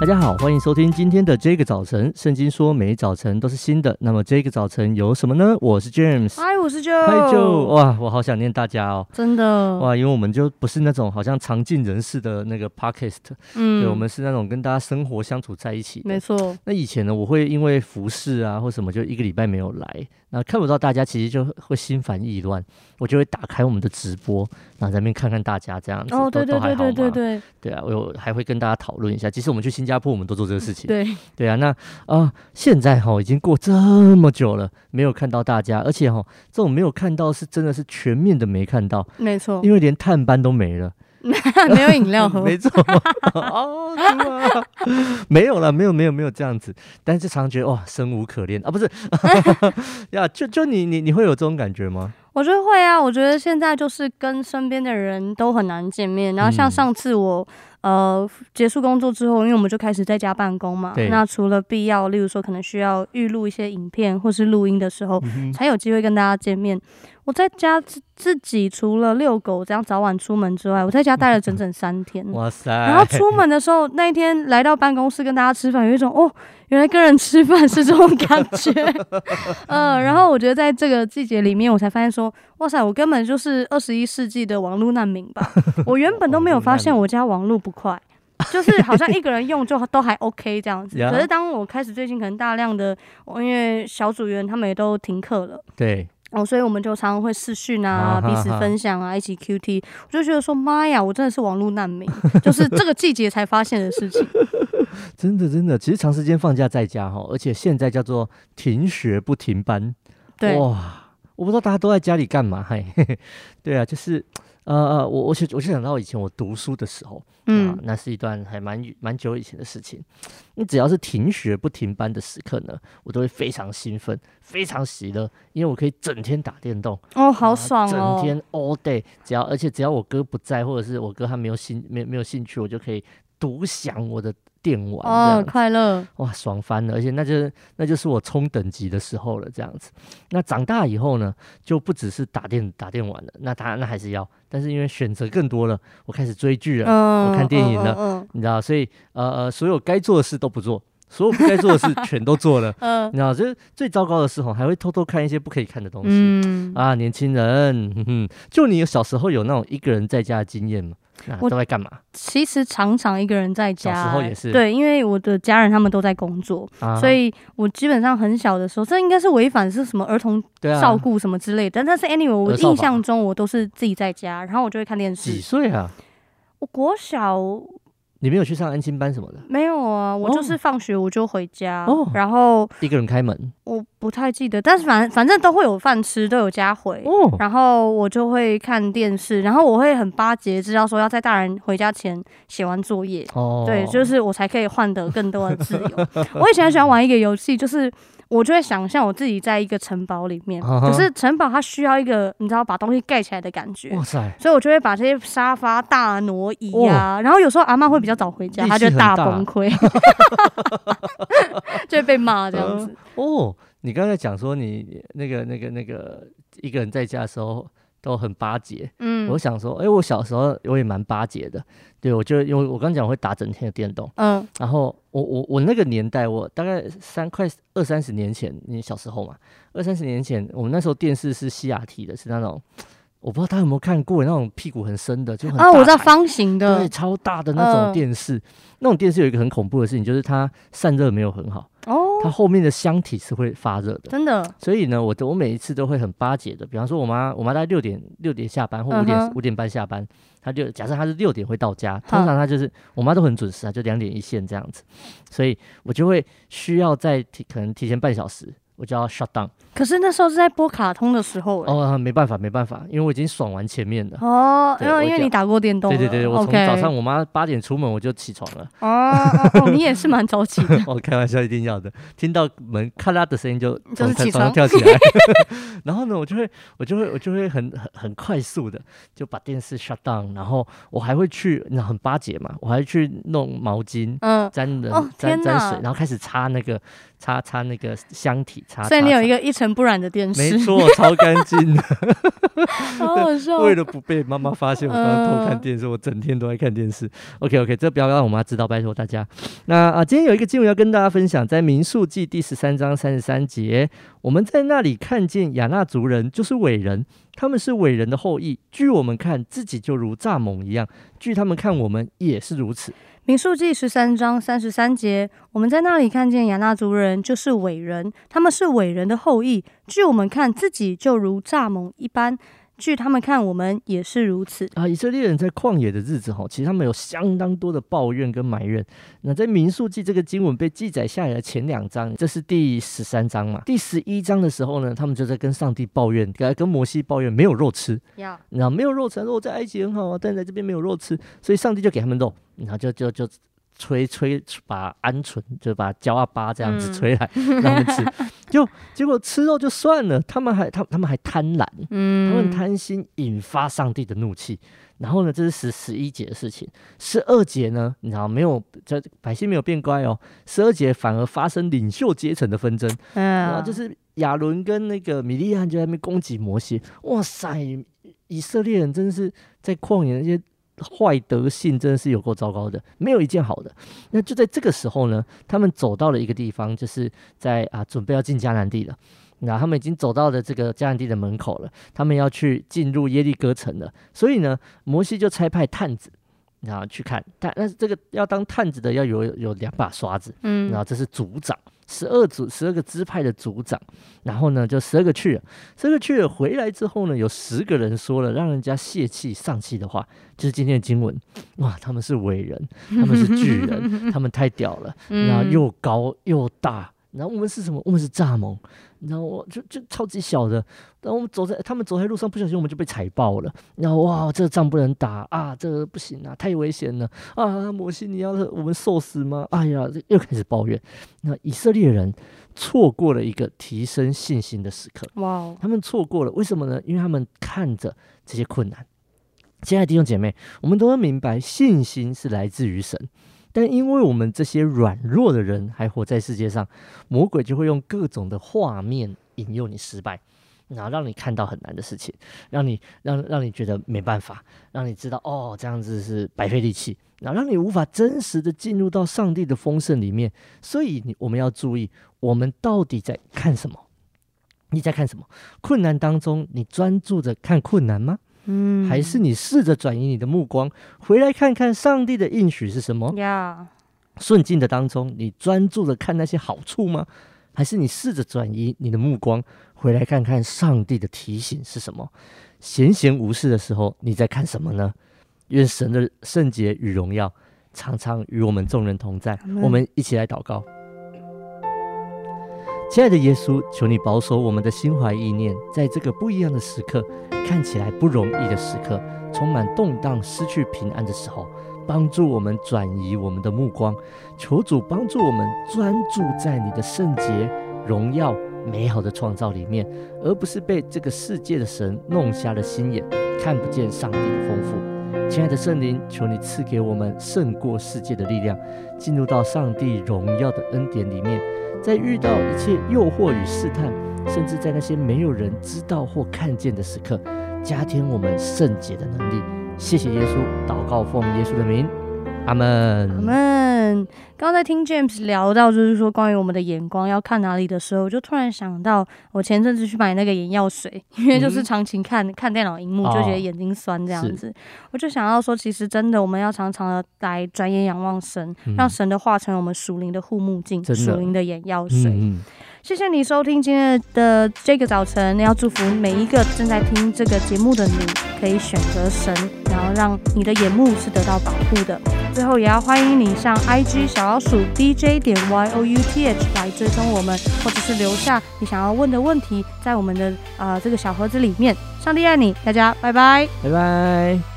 大家好，欢迎收听今天的这个早晨。圣经说每一早晨都是新的，那么这个早晨有什么呢？我是 James， 嗨，我是 Joe， 嗨 Joe， 哇，我好想念大家哦， 真的哇，因为我们就不是那种好像常进人士的那个 podcast，对，我们是那种跟大家生活相处在一起的， 没错。 那以前呢，我会因为服事啊或什么，就一个礼拜没有来，那看不到大家，其实就会心烦意乱，我就会打开我们的直播，然后在那边看看大家这样子， 哦，对对对对对对，对啊，我还会跟大家讨论一下。其实我们去新加坡，我们都做这个事情， 对对啊。那现在已经过这么久了，没有看到大家，而且这种没有看到是真的是全面的没看到， 没错， 因为连探班都没了。 没有饮料喝， 没错哦，没有了，没有这样子，但是常觉得哇，生无可恋啊，不是呀，就你会有这种感觉吗？ 我觉得会啊，我觉得现在就是跟身边的人都很难见面，然后像上次我结束工作之后，因为我们就开始在家办公嘛，那除了必要，例如说可能需要预录一些影片或是录音的时候，才有机会跟大家见面。我在家自己除了遛狗这样早晚出门之外，我在家待了整整3天。 哇塞！ 然后出门的时候，那一天来到办公室跟大家吃饭，有一种原来跟人吃饭是这种感觉。然后我觉得在这个季节里面，我才发现说，哇塞，我根本就是21世纪的网络难民吧。我原本都没有发现我家网络不快。就是好像一个人用就都还 OK 这样子，可是当我开始最近可能大量的，因为小组员他们也都停课了， 对， 所以我们就常常会视讯啊，彼此分享啊，一起 QT， 我就觉得说妈呀，我真的是网络难民，就是这个季节才发现的事情。 真的，其实长时间放假在家而且现在叫做停学不停班， 对， 哇，我不知道大家都在家里干嘛，对啊，就是我就想到以前我读书的时候，那是一段还蛮久以前的事情。你只要是停学不停班的时刻呢，我都会非常兴奋，非常喜乐，因为我可以整天打电动， 好爽哦， 整天 all day， 而且只要我哥不在，或者是我哥他没有兴趣，我就可以独享我的电玩， 快乐， 哇，爽翻了！而且那就是我冲等级的时候了，这样子。那长大以后呢，就不只是打电玩了，那当然那还是要，但是因为选择更多了，我开始追剧了，我看电影了，你知道，所以所有该做的事都不做，所有不该做的事全都做了，你知道，就是最糟糕的是还会偷偷看一些不可以看的东西，年轻人，就你小时候有那种一个人在家的经验吗？都在干嘛？ 其实常常一个人在家， 小时候也是， 对，因为我的家人他们都在工作，所以我基本上很小的时候，这应该是违反是什么儿童照顾什么之类的，但是 anyway， 我印象中我都是自己在家，然后我就会看电视。 几岁啊？ 我国小。 你没有去上安亲班什么的？ 没有啊，我就是放学我就回家，然后一个人开门。 我不太记得，但是反正都会有饭吃，都有家回，然后我就会看电视，然后我会很巴结，知道说要在大人回家前写完作业，对，就是我才可以换得更多的自由。我以前很喜欢玩一个游戏，就是我就会想象我自己在一个城堡里面，可是城堡它需要一个你知道把东西盖起来的感觉，哇塞！所以我就会把这些沙发大挪移啊，然后有时候阿嬷会比较早回家，她就大崩溃，就会被骂这样子。 你刚才讲说你那个一个人在家的时候都很巴结，我想说，我小时候我也蛮巴结的，对，我就因为我刚讲我会打整天的电动，然后我那个年代，我大概快20-30年前，你小时候嘛，20-30年前，我们那时候电视是西雅提的，是那种。我不知道大家有没有看过那种屁股很深的，就很大我知道方形的， 对，超大的那种电视。那种电视有一个很恐怖的事情，就是它散热没有很好，它后面的箱体是会发热的， 真的。 所以呢，我每一次都会很巴结的。比方说，我妈大概6点下班，或5点半下班，她就假设她是6点会到家，通常她就是我妈都很准时，就2点一线这样子，所以我就会需要可能提前半小时。我就要 shut down。 可是那时候是在播卡通的时候没办法，因为我已经爽完前面了。 因为你打过电动了。 对，我从早上我妈8点出门我就起床了。 你也是蛮早起的。 我开玩笑，一定要的。听到门咔啦的声音就是起床跳起来。然后呢，我就会很快速的就把电视 shut down， 然后我还会去，很巴结嘛，我还会去弄毛巾，沾水，然后开始擦那个箱体。 所以你有一个一尘不染的电视， 没错，超干净的。 好好笑。 为了不被妈妈发现我刚刚偷看电视，我整天都在看电视。OK， 这不要让我妈知道，拜托大家。那今天有一个经文要跟大家分享，在民数记第13章33节，我们在那里看见亚衲族人，就是伟人，他们是伟人的后裔，据我们看，自己就如蚱蜢一样，据他们看，我们也是如此。 民数记13章33节，我们在那里看见亚衲族人，就是伟人，他们是伟人的后裔，据我们看，自己就如蚱蜢一般，据他们看，我们也是如此。 以色列人在旷野的日子，其实他们有相当多的抱怨跟埋怨。那在民数记这个经文被记载下来的前2章，这是第13章嘛。第11章的时候呢，他们就在跟上帝抱怨，跟摩西抱怨没有肉吃。然后没有肉吃，说我在埃及很好啊，但在这边没有肉吃，所以上帝就给他们肉，然后就吹把鹌鹑，就把焦阿巴这样子吹来让他们吃，结果吃肉就算了，他们还贪婪，他们贪心引发上帝的怒气。然后呢，这是11节的事情。12节呢，你知道没有，这百姓没有变乖哦。12节反而发生领袖阶层的纷争，然后就是亚伦跟那个米利暗就在那边攻击摩西。哇塞，以色列人真的是在旷野那些坏德性真的是有够糟糕的，没有一件好的。那就在这个时候呢，他们走到了一个地方，就是在准备要进迦南地了。那他们已经走到了这个迦南地的门口了，他们要去进入耶利哥城了。所以呢，摩西就差派探子，然后去看。但是这个要当探子的要有2把刷子，然后这是族长，12个支派的族长。然后呢，就12个去了，回来之后呢，有10个人说了让人家泄气丧气的话，就是今天的经文。哇，他们是伟人，他们是巨人，他们太屌了，然后又高又大。然后我们是什么？我们是蚱蜢，然后就超级小的。然后他们走在路上，不小心我们就被踩爆了。然后哇，这个仗不能打啊，这个不行啊，太危险了啊！摩西，你要我们受死吗？哎呀，又开始抱怨。那以色列人错过了一个提升信心的时刻。哇，他们错过了，为什么呢？因为他们看着这些困难。亲爱的弟兄姐妹，我们都要明白，信心是来自于神。但因为我们这些软弱的人还活在世界上，魔鬼就会用各种的画面引诱你失败，然后让你看到很难的事情，让你觉得没办法，让你知道这样子是白费力气，然后让你无法真实的进入到上帝的丰盛里面。所以我们要注意，我们到底在看什么？你在看什么？困难当中，你专注着看困难吗？还是你试着转移你的目光，回来看看上帝的应许是什么？顺境的当中，你专注的看那些好处吗？还是你试着转移你的目光，回来看看上帝的提醒是什么？闲无事的时候，你在看什么呢？愿神的圣洁与荣耀常常与我们众人同在。我们一起来祷告。亲爱的耶稣，求你保守我们的心怀意念，在这个不一样的时刻，看起来不容易的时刻，充满动荡失去平安的时候，帮助我们转移我们的目光。求主帮助我们专注在你的圣洁、荣耀、美好的创造里面，而不是被这个世界的神弄瞎了心眼，看不见上帝的丰富。亲爱的圣灵，求你赐给我们胜过世界的力量，进入到上帝荣耀的恩典里面，在遇到一切诱惑与试探，甚至在那些没有人知道或看见的时刻，加添我们圣洁的能力。谢谢耶稣，祷告奉耶稣的名，阿们， 阿们。刚刚在听 James 聊到，就是说关于我们的眼光要看哪里的时候，我就突然想到，我前阵子去买那个眼药水，因为就是长期看电脑荧幕，就觉得眼睛酸这样子。我就想到说，其实真的我们要常常的来转眼仰望神，让神的化成我们属灵的护目镜，属灵的眼药水。谢谢你收听今天的这个早晨，要祝福每一个正在听这个节目的你，可以选择神，然后让你的眼目是得到保护的。最后也要欢迎你上 IG 小老鼠 DJ.YOUTH 来追踪我们，或者是留下你想要问的问题，在我们的这个小盒子里面。上帝爱你，大家拜拜， 拜拜。